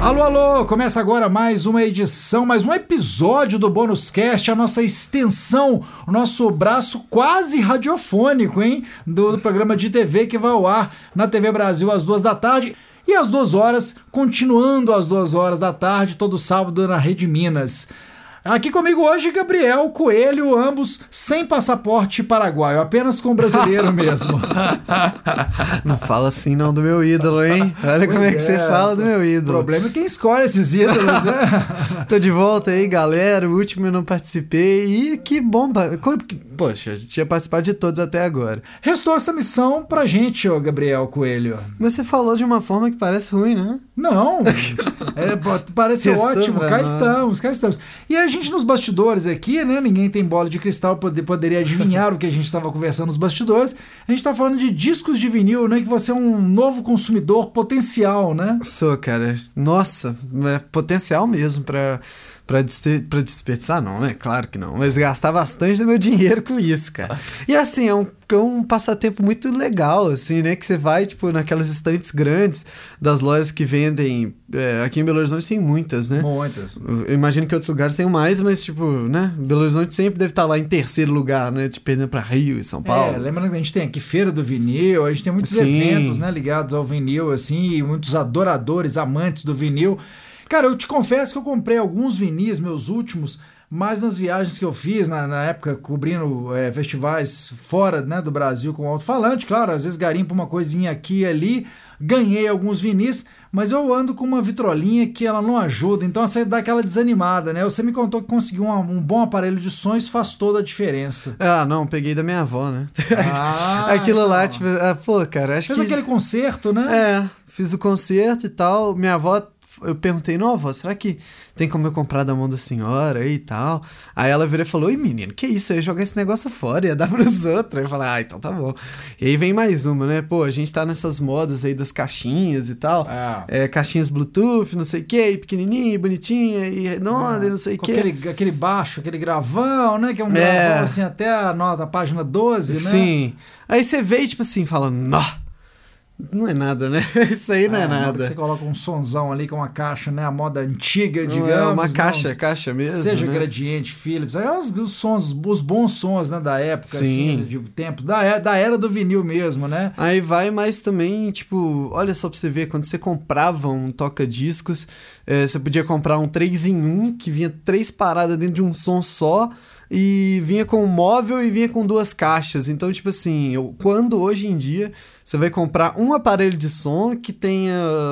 Alô, alô! Começa agora mais uma edição, mais um episódio do Bônus Cast, a nossa extensão, o nosso braço quase radiofônico, hein? Do programa de TV que vai ao ar na TV Brasil às 2 da tarde e às 2 horas, continuando às 2 horas da tarde, todo sábado na Rede Minas. Aqui comigo hoje, Gabriel Coelho, ambos sem passaporte paraguaio, apenas com brasileiro mesmo. Não fala assim não do meu ídolo, hein? Olha como é que você fala do meu ídolo. O problema é quem escolhe esses ídolos, né? Tô de volta aí, galera. O último eu não participei e que bom. Poxa, a gente tinha participado de todos até agora. Restou essa missão pra gente, ô Gabriel Coelho. Mas você falou de uma forma que parece ruim, né? Não, parece ótimo, cá estamos. E a gente nos bastidores aqui, né, ninguém tem bola de cristal, poderia adivinhar o que a gente estava conversando nos bastidores, a gente tá falando de discos de vinil, né, que você é um novo consumidor potencial, né? Sou, cara, nossa, é potencial mesmo pra desperdiçar, não, né? Claro que não. Mas gastar bastante do meu dinheiro com isso, cara. E assim, é um passatempo muito legal, assim, né? Que você vai, tipo, naquelas estantes grandes das lojas que vendem... aqui em Belo Horizonte tem muitas, né? Muitas. Eu imagino que outros lugares tenham mais, mas, tipo, né? Belo Horizonte sempre deve estar lá em terceiro lugar, né? Tipo, perdendo pra Rio e São Paulo. Lembrando que a gente tem aqui Feira do Vinil, a gente tem muitos eventos, né? Ligados ao vinil, assim, e muitos adoradores, amantes do vinil. Cara, eu te confesso que eu comprei alguns vinis, meus últimos, mas nas viagens que eu fiz, na época, cobrindo festivais fora, né, do Brasil com alto-falante, claro, às vezes garimpo uma coisinha aqui e ali, ganhei alguns vinis, mas eu ando com uma vitrolinha que ela não ajuda, então você dá aquela desanimada, né? Você me contou que conseguiu um bom aparelho de som, isso faz toda a diferença. Ah, não, peguei da minha avó, né? Aquilo lá, tipo, pô, cara, acho que... Fez aquele concerto, né? Fiz o concerto e tal, minha avó... Eu perguntei, não, avó, será que tem como eu comprar da mão da senhora e tal? Aí ela virou e falou, oi menino, que isso? Eu ia jogar esse negócio fora, ia dar pros outros. Aí eu falei, então tá bom. E aí vem mais uma, né? Pô, a gente tá nessas modas aí das caixinhas e tal. Caixinhas Bluetooth, não sei o que, pequenininha, bonitinha, e redonda, e não sei o que. Aquele baixo, aquele gravão, né? Que é um gravão assim até a página 12, né? Sim. Aí você vê e tipo assim, fala, não é nada, né? Isso aí não é nada. Você coloca um sonzão ali com uma caixa, né? A moda antiga, digamos. É uma caixa mesmo. Seja né? Gradiente, Philips. Aí os sons, os bons sons, né? Da época, assim, de tempo. Da era do vinil mesmo, né? Aí vai mais também, tipo, olha só pra você ver, quando você comprava um toca-discos, você podia comprar um 3 em 1, que vinha 3 paradas dentro de um som só, e vinha com um móvel e vinha com 2 caixas. Então, tipo assim, quando hoje em dia você vai comprar um aparelho de som que tenha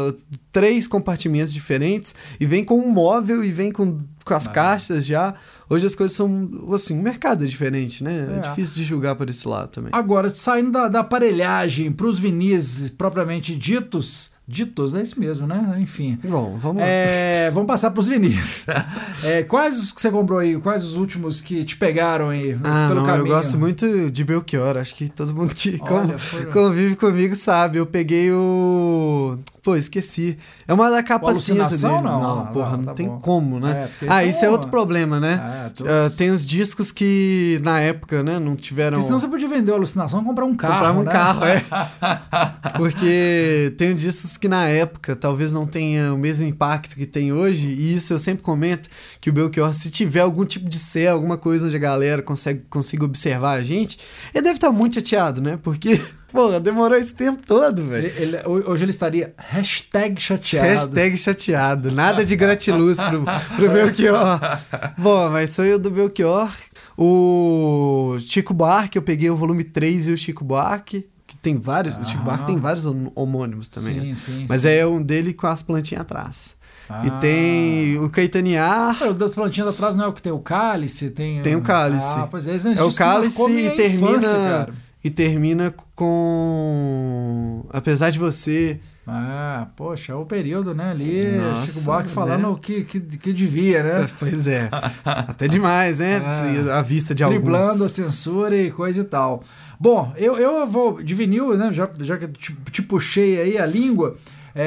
3 compartimentos diferentes e vem com um móvel e vem com as caixas já. Hoje as coisas são, assim, o mercado é diferente, né? É difícil de julgar por esse lado também. Agora, saindo da aparelhagem para os vinis propriamente ditos, é isso mesmo, né? Enfim. Bom, vamos lá. Vamos passar para os vinis. Quais os que você comprou aí? Quais os últimos que te pegaram aí pelo caminho? Eu gosto muito de Belchior. Acho que todo mundo que convive comigo sabe. Eu peguei o... Pô, esqueci. É uma da capa cinza dele. Não tem como, né? Isso é outro problema, né? Tem os discos que na época, né, não tiveram... Porque senão você podia vender a alucinação e comprar um carro, Comprar um carro, Porque tem discos que na época talvez não tenha o mesmo impacto que tem hoje, e isso eu sempre comento, que o Belchior, se tiver algum tipo de céu, alguma coisa onde a galera consiga observar a gente, ele deve estar muito chateado, né? Porque... Porra, demorou esse tempo todo, velho. Hoje ele estaria #chateado. #chateado. Nada de gratiluz pro Belchior. Bom, mas foi o do Belchior. O Chico Buarque, eu peguei o volume 3 e o Chico Buarque, que tem vários. O Chico Buarque tem vários homônimos também. Sim. Mas é um dele com as plantinhas atrás. E tem o Caetaniar. O das plantinhas atrás não é o que tem o cálice? Tem o cálice. Pois é. É o cálice e termina... Infância, cara. E termina com Apesar de Você. Poxa, é o período, né? Ali, Nossa, Chico Buarque falando o que devia, né? Pois é. Até demais, né? A vista de alguns. Driblando a censura e coisa e tal. Bom, eu vou de vinil, né? Já que te puxei aí a língua,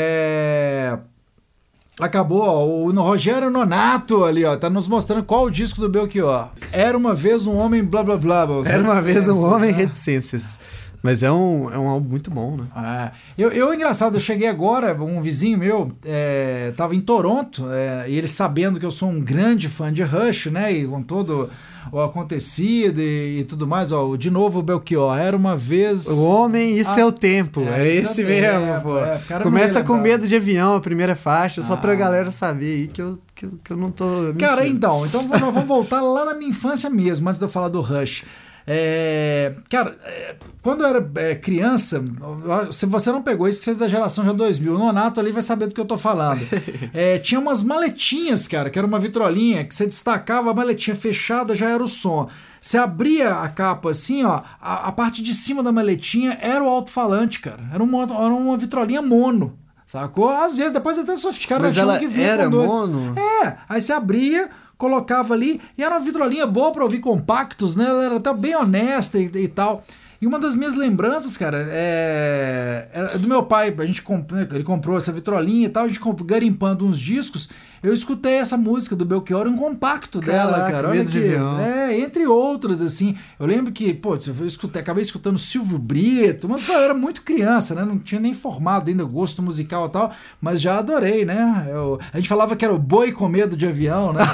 acabou, ó, o Rogério Nonato ali, ó, tá nos mostrando qual o disco do Belchior. Era uma vez um homem blá blá blá. Era uma vez um homem reticências. Mas é um álbum muito bom, né? Engraçado, eu cheguei agora, um vizinho meu tava em Toronto, e ele sabendo que eu sou um grande fã de Rush, né? E com todo o acontecido e tudo mais, ó, de novo o Belchior, era uma vez... O homem e seu tempo, esse mesmo, pô. Começa com Medo de Avião, a primeira faixa, só pra galera saber aí que eu não tô mentindo. Cara, então vamos voltar lá na minha infância mesmo, antes de eu falar do Rush. Cara, quando eu era criança, se você não pegou isso, que você é da geração já 2000, o Nonato ali vai saber do que eu tô falando. Tinha umas maletinhas, cara, que era uma vitrolinha, que você destacava a maletinha fechada, já era o som. Você abria a capa assim, ó, a parte de cima da maletinha era o alto-falante, cara. Era uma vitrolinha mono. Sacou? Às vezes, depois até sofisticaram. Mas ela era mono? Aí você abria, colocava ali, e era uma vitrolinha boa pra ouvir compactos, né? Ela era até bem honesta e tal. E uma das minhas lembranças, cara, era do meu pai. Ele comprou essa vitrolinha e tal, a gente garimpando uns discos. Eu escutei essa música do Belchior, um compacto dela, cara. Olha que, entre outras, assim. Eu lembro que, acabei escutando Silvio Brito, mas eu era muito criança, né? Não tinha nem formado ainda gosto musical e tal, mas já adorei, né? A gente falava que era o boi com medo de avião, né?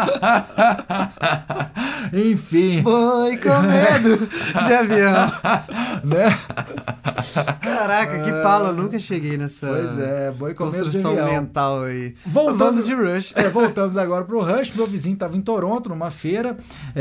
Enfim. Boi com medo de avião. Né? Caraca, que pala, eu nunca cheguei nessa boi com medo de avião. Construção mental aí. Vamos de Rush. Voltamos agora pro Rush. Meu vizinho estava em Toronto, numa feira,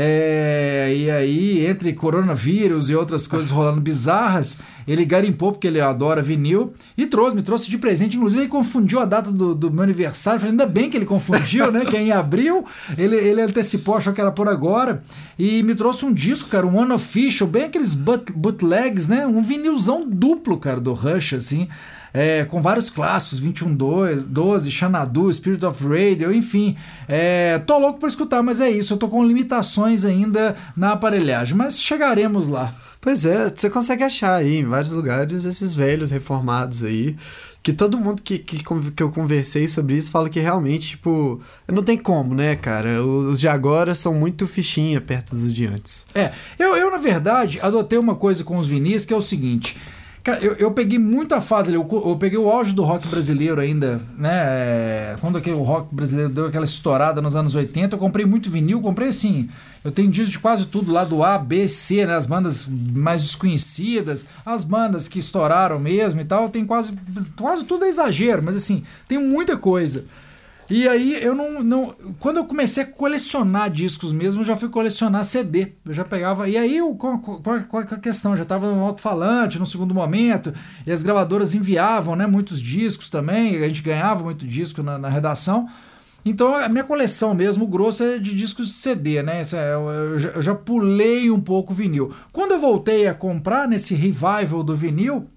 e aí, entre coronavírus e outras coisas rolando bizarras, ele garimpou, porque ele adora vinil, e me trouxe de presente. Inclusive, ele confundiu a data do meu aniversário. Falei, ainda bem que ele confundiu, né? Que é em abril. Ele antecipou, achou que era por agora, e me trouxe um disco, cara, um Unofficial, bem aqueles bootlegs, né? Um vinilzão duplo, cara, do Rush, assim. Com vários clássicos, 2112, Xanadu, Spirit of Radio, enfim. Tô louco pra escutar, mas é isso. Eu tô com limitações ainda na aparelhagem, mas chegaremos lá. Pois é, você consegue achar aí em vários lugares esses velhos reformados aí, que todo mundo que eu conversei sobre isso fala que realmente, tipo, não tem como, né, cara? Os de agora são muito fichinha perto dos de antes. Eu, na verdade, adotei uma coisa com os vinis, que é o seguinte... Cara, eu peguei muita fase ali, eu peguei o auge do rock brasileiro ainda, né? Quando o rock brasileiro deu aquela estourada nos anos 80, eu comprei muito vinil, comprei assim, eu tenho disco de quase tudo lá do A, B, C, né? As bandas mais desconhecidas, as bandas que estouraram mesmo e tal, tem quase tudo é exagero, mas assim, tem muita coisa. E aí, quando eu comecei a colecionar discos mesmo, eu já fui colecionar CD. Eu já pegava... E aí, qual a questão? Eu já estava no alto-falante, no segundo momento, e as gravadoras enviavam, né, muitos discos também, a gente ganhava muito disco na redação. Então, a minha coleção mesmo, o grosso é de discos de CD, né? Eu já pulei um pouco o vinil. Quando eu voltei a comprar, nesse revival do vinil...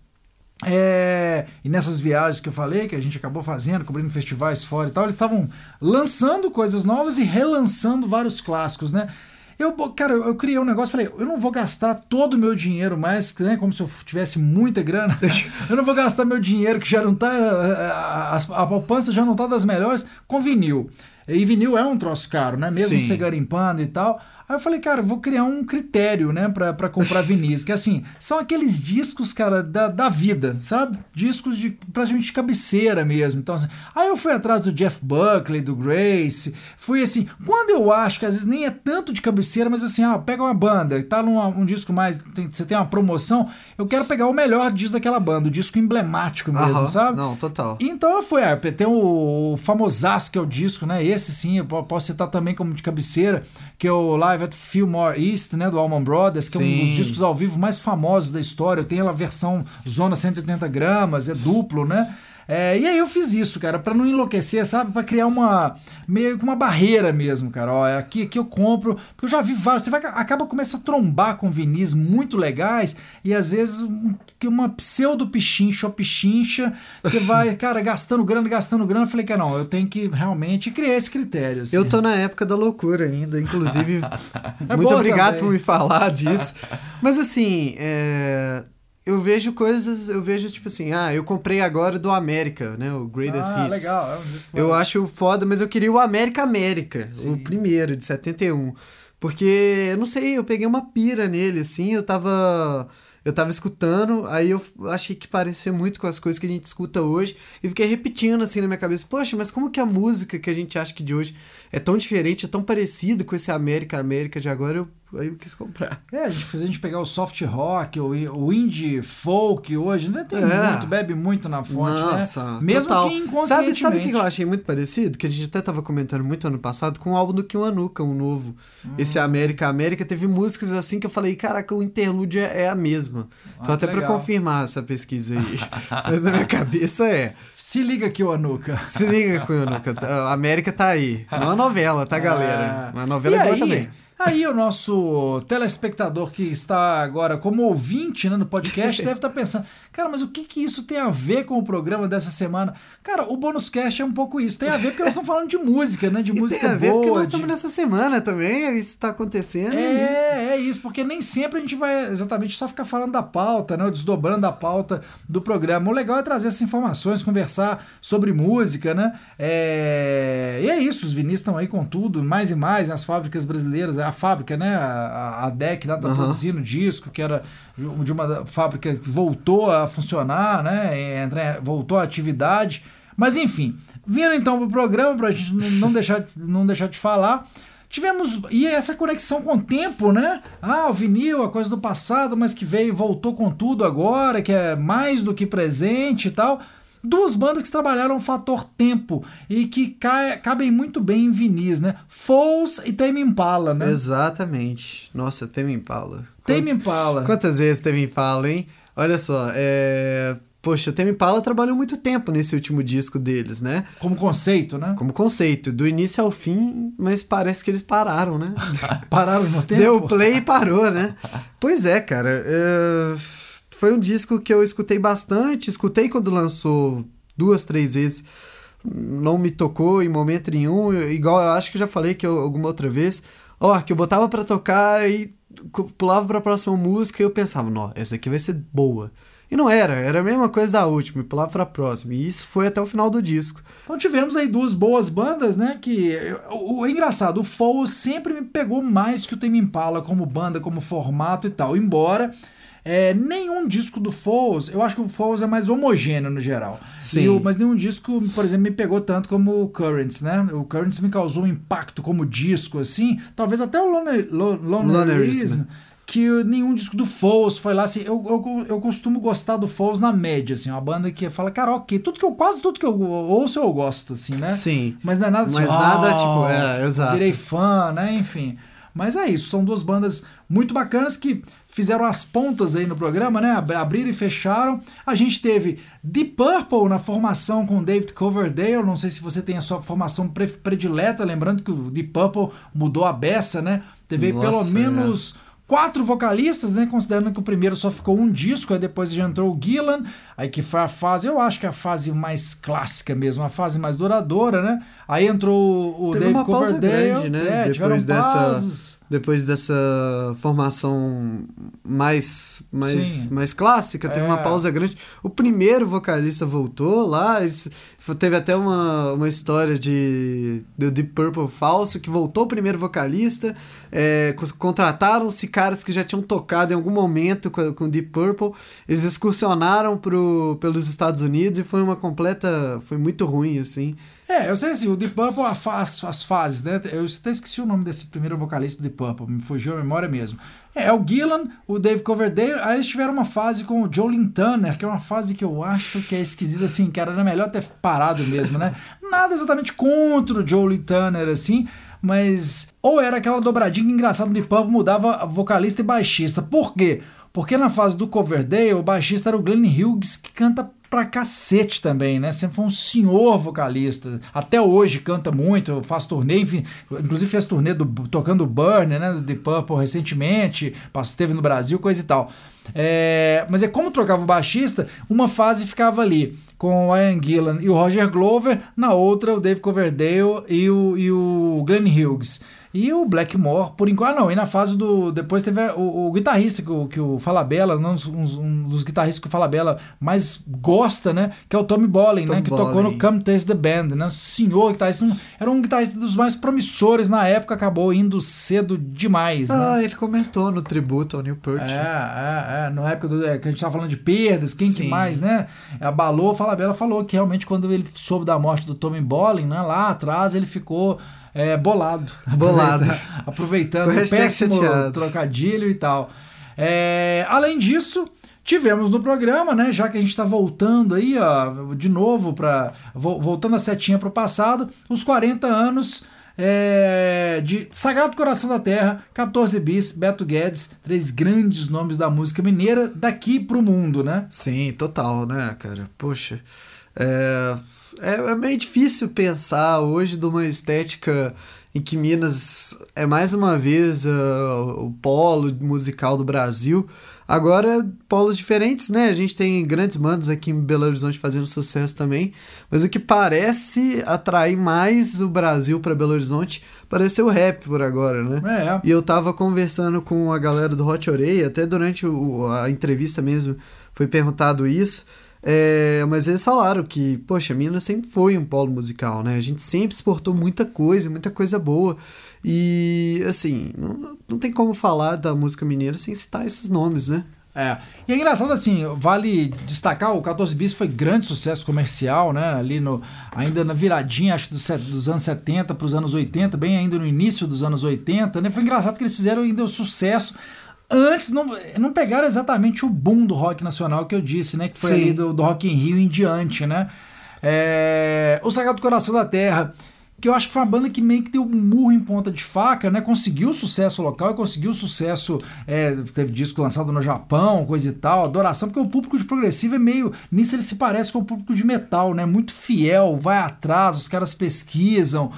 E nessas viagens que eu falei, que a gente acabou fazendo, cobrindo festivais fora e tal, eles estavam lançando coisas novas e relançando vários clássicos, né? Eu criei um negócio, falei, eu não vou gastar todo o meu dinheiro mais, né, como se eu tivesse muita grana, eu não vou gastar meu dinheiro que já não tá, a poupança já não tá das melhores, com vinil. E vinil é um troço caro, né? Mesmo você garimpando e tal. Aí eu falei, cara, eu vou criar um critério, né, pra comprar vinis, que assim, são aqueles discos, cara, da vida, sabe? Discos de praticamente de cabeceira mesmo. Então, assim, aí eu fui atrás do Jeff Buckley, do Grace, fui assim, quando eu acho que às vezes nem é tanto de cabeceira, mas assim, pega uma banda, tá num disco mais, você tem uma promoção, eu quero pegar o melhor disco daquela banda, o disco emblemático mesmo, sabe? Não, total. Então eu fui, tem o famosaço que é o disco, né, esse sim, eu posso citar também como de cabeceira, que é o Live at Fillmore East, né, do Allman Brothers, que é um dos discos ao vivo mais famosos da história. Eu tenho a versão Zona 180 gramas, é duplo, né? E aí eu fiz isso, cara, pra não enlouquecer, sabe? Pra criar meio que uma barreira mesmo, cara. Ó, aqui eu compro, porque eu já vi vários. Acaba começa a trombar com vinis muito legais e às vezes uma pseudo pichincha ou pichincha, você vai, cara, gastando grana. Eu falei que não, eu tenho que realmente criar esse critério. Assim. Eu tô na época da loucura ainda, inclusive. Muito obrigado por me falar disso. Mas assim, eu vejo tipo assim, eu comprei agora do América, né, o Greatest Hits. Legal. Eu acho foda, mas eu queria o América, o primeiro, de 71. Porque, eu não sei, eu peguei uma pira nele, assim, eu tava eu tava escutando, aí eu achei que parecia muito com as coisas que a gente escuta hoje, e fiquei repetindo assim na minha cabeça, poxa, mas como que a música que a gente acha que de hoje é tão diferente, é tão parecido com esse América de agora, aí eu quis comprar. A gente pegar o soft rock, o indie folk hoje, né? Tem muito, bebe muito na fonte, nossa, né? Mesmo total. que inconscientemente. Sabe o que eu achei muito parecido? Que a gente até tava comentando muito ano passado com o álbum do Kiwanuka, um novo. Esse América teve músicas assim que eu falei, caraca, o interlúdio é a mesma. Tô até pra confirmar essa pesquisa aí. Mas na minha cabeça Se liga, Kiwanuka. Se liga, Kiwanuka. A América tá aí. Não é uma novela, tá, galera? Uma novela é boa também. Aí o nosso telespectador que está agora como ouvinte, né, no podcast deve estar pensando, cara, mas o que isso tem a ver com o programa dessa semana? Cara, o Bônus Cast é um pouco isso. Tem a ver porque nós estamos falando de música, né? De música boa. Tem a ver porque nós estamos nessa semana também, isso está acontecendo. É isso, porque nem sempre a gente vai exatamente só ficar falando da pauta, né? Ou desdobrando a pauta do programa. O legal é trazer essas informações, conversar sobre música, né? E é isso, os vinis estão aí com tudo, mais e mais, nas fábricas brasileiras. A fábrica, né? A DEC tá produzindo disco, que era de uma fábrica que voltou a funcionar, né? Voltou à atividade. Mas enfim, vindo então pro programa, pra gente não deixar de falar, tivemos essa conexão com o tempo, né? O vinil, a coisa do passado, mas que voltou com tudo agora, que é mais do que presente e tal. Duas bandas que trabalharam o fator tempo e que cabem muito bem em vinis, né? Foals e Tame Impala, né? Exatamente. Nossa, Tame Impala. Tame Impala. Quantas vezes Tame Impala, hein? Olha só, Poxa, Tame Impala trabalhou muito tempo nesse último disco deles, né? Como conceito, né? Como conceito, do início ao fim, mas parece que eles pararam, né? Pararam no tempo? Deu play e parou, né? Pois é, cara. Foi um disco que eu escutei bastante, escutei quando lançou 2, 3 vezes, não me tocou em momento nenhum, igual eu acho que eu já falei que alguma outra vez, que eu botava pra tocar e pulava pra próxima música e eu pensava, não, essa aqui vai ser boa. E não era a mesma coisa da última, e pulava pra próxima, e isso foi até o final do disco. Então tivemos aí duas boas bandas, né, que o engraçado, o Foals sempre me pegou mais que o Tame Impala como banda, como formato e tal, embora... nenhum disco do Foals, eu acho que o Foals é mais homogêneo no geral. Sim. Mas nenhum disco, por exemplo, me pegou tanto como o Currents, né? O Currents me causou um impacto como disco, assim, talvez até o Lonerism, que nenhum disco do Foals foi lá, assim, eu costumo gostar do Foals na média, assim, uma banda que fala, cara, ok, quase tudo que eu ouço eu gosto, assim, né? Sim. Mas não é nada assim, mas nada, tipo, exato. Virei fã, né? Enfim. Mas é isso, são duas bandas muito bacanas que fizeram as pontas aí no programa, né? Abriram e fecharam. A gente teve Deep Purple na formação com David Coverdale. Não sei se você tem a sua formação predileta, lembrando que o Deep Purple mudou a beça, né? Teve pelo menos 4 vocalistas, né? Considerando que o primeiro só ficou um disco, aí depois já entrou o Gillan, aí que foi a fase, eu acho que é a fase mais clássica mesmo, a fase mais duradoura, né? Aí entrou o David Coverdale, grande, né? Depois dessa formação mais clássica, teve uma pausa grande. O primeiro vocalista voltou lá, teve até uma história do Deep Purple falso, que voltou o primeiro vocalista, contrataram-se caras que já tinham tocado em algum momento com Deep Purple, eles excursionaram pelos Estados Unidos e foi foi muito ruim, assim. Eu sei assim, o Deep Purple, as fases, né? Eu até esqueci o nome desse primeiro vocalista do Deep Purple, me fugiu a memória mesmo. É o Gillan, o Dave Coverdale, aí eles tiveram uma fase com o Jolin Turner, que é uma fase que eu acho que é esquisita, assim, cara, era melhor ter parado mesmo, né? Nada exatamente contra o Jolin Turner, assim, mas ou era aquela dobradinha engraçada do Deep Purple, mudava vocalista e baixista. Por quê? Porque na fase do Coverdale, o baixista era o Glenn Hughes, que canta pra cacete também, né? Sempre foi um senhor vocalista. Até hoje canta muito, faz turnê, enfim, inclusive fez turnê tocando Burn, né? Do Deep Purple recentemente, esteve no Brasil, coisa e tal. Mas como trocava o baixista, uma fase ficava ali com o Ian Gillan e o Roger Glover, na outra o Dave Coverdale e o Glenn Hughes. E o Blackmore, por enquanto, não. E na fase do... Depois teve o guitarrista que o Falabella, um dos guitarristas que o Falabella mais gosta, né? Que é o Tommy Bolin, né? Que tocou no Come Taste the Band, né? Senhor guitarrista. Era um guitarrista dos mais promissores na época, acabou indo cedo demais, né? Ele comentou no tributo ao Neil Peart. Na época que a gente tava falando de perdas, quem que mais, né? Abalou, o Falabella falou que realmente quando ele soube da morte do Tommy Bolin, né? Lá atrás ele ficou... bolado. Aproveitando o péssimo trocadilho e tal. Além disso, tivemos no programa, né, já que a gente está voltando aí, ó, de novo, voltando a setinha para o passado, os 40 anos de Sagrado Coração da Terra, 14 Bis, Beto Guedes, 3 grandes nomes da música mineira daqui pro mundo, né? Sim, total, né, cara? Poxa, é meio difícil pensar hoje de uma estética em que Minas é mais uma vez o polo musical do Brasil. Agora, polos diferentes, né? A gente tem grandes bandas aqui em Belo Horizonte fazendo sucesso também, mas o que parece atrair mais o Brasil para Belo Horizonte parece ser o rap por agora, né? E eu tava conversando com a galera do Hot Oreia, até durante a entrevista mesmo foi perguntado isso. Mas eles falaram que, poxa, Minas sempre foi um polo musical, né? A gente sempre exportou muita coisa boa. E, assim, não tem como falar da música mineira sem citar esses nomes, né? E é engraçado, assim, vale destacar, o 14 Bis foi grande sucesso comercial, né? Ali ainda na viradinha, acho, dos anos 70 para os anos 80, bem ainda no início dos anos 80, né? Foi engraçado que eles fizeram ainda o sucesso. Antes, não pegaram exatamente o boom do rock nacional que eu disse, né? Que foi ali do Rock in Rio em diante, né? O Sagrado Coração da Terra, que eu acho que foi uma banda que meio que deu um murro em ponta de faca, né? Conseguiu sucesso local e conseguiu sucesso... teve disco lançado no Japão, coisa e tal, adoração, porque o público de progressivo é meio... Nisso ele se parece com o público de metal, né? Muito fiel, vai atrás, os caras pesquisam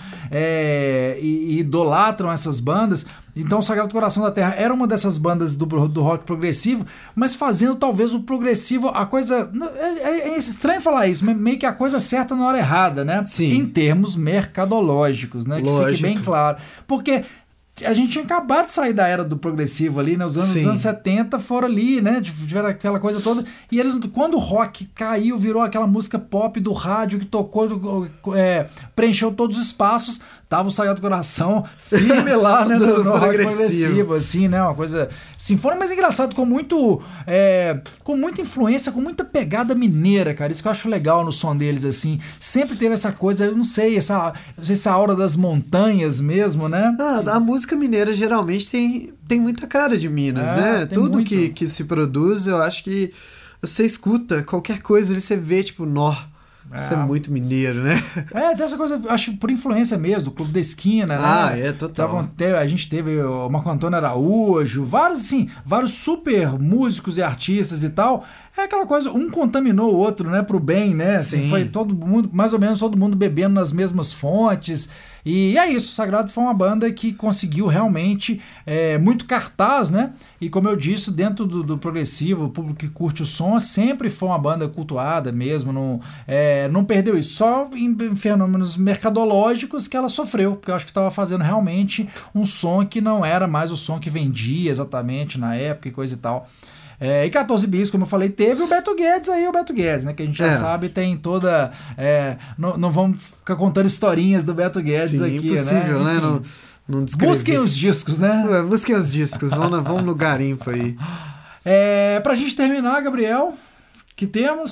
e idolatram essas bandas. Então o Sagrado Coração da Terra era uma dessas bandas do rock progressivo, mas fazendo talvez o progressivo, a coisa... É estranho falar isso, mas meio que a coisa certa na hora errada, né? Sim. Em termos mercadológicos, né? Lógico. Que fique bem claro. Porque a gente tinha acabado de sair da era do progressivo ali, né? Os anos 70 foram ali, né? Tiveram aquela coisa toda. E eles, quando o rock caiu, virou aquela música pop do rádio que tocou, preencheu todos os espaços, tava o Sagrado Coração firme lá, né? no rock progressivo, assim, né? Uma coisa sinfônica, mas engraçado, com muita influência, com muita pegada mineira, cara. Isso que eu acho legal no som deles, assim. Sempre teve essa coisa, eu não sei, essa aura das montanhas mesmo, né? A música mineira geralmente tem muita cara de Minas, né? Tudo que se produz, eu acho que você escuta qualquer coisa ali, você vê, tipo, isso é muito mineiro, né? Tem essa coisa, acho que por influência mesmo, do Clube da Esquina, né? Total. A gente teve o Marco Antônio Araújo, vários super músicos e artistas e tal. É aquela coisa, um contaminou o outro, né, pro bem, né? Assim, foi todo mundo, mais ou menos todo mundo bebendo nas mesmas fontes. E é isso, o Sagrado foi uma banda que conseguiu realmente muito cartaz, né? E como eu disse, dentro do progressivo, o público que curte o som sempre foi uma banda cultuada mesmo, não perdeu isso. Só em fenômenos mercadológicos que ela sofreu, porque eu acho que estava fazendo realmente um som que não era mais o som que vendia exatamente na época e coisa e tal. E 14 Bis, como eu falei, teve o Beto Guedes aí, né? Que a gente já sabe, tem toda... não vamos ficar contando historinhas do Beto Guedes aqui, impossível, né? Não descrever. Busquem os discos, né? Busquem os discos, vamos no garimpo aí. Pra gente terminar, Gabriel... Que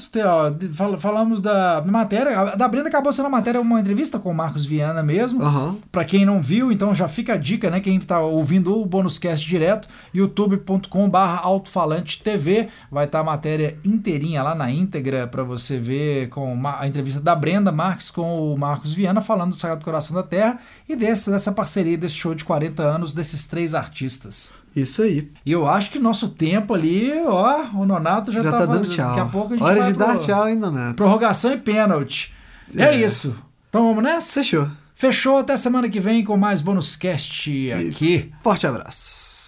falamos da matéria, a da Brenda acabou sendo a matéria, uma entrevista com o Marcos Viana mesmo, pra quem não viu, então já fica a dica, né, quem tá ouvindo o BonusCast direto, youtube.com/altofalantetv, vai estar a matéria inteirinha lá na íntegra pra você ver com a entrevista da Brenda Marques com o Marcos Viana falando do Sagrado Coração da Terra e dessa parceria, desse show de 40 anos desses 3 artistas. Isso aí. E eu acho que nosso tempo ali, o Nonato já tá dando tchau. Daqui a pouco a gente Hora de dar tchau, hein, Nonato? Prorrogação e pênalti. É isso. Então vamos nessa? Fechou. Até semana que vem com mais BonusCast aqui. Forte abraço.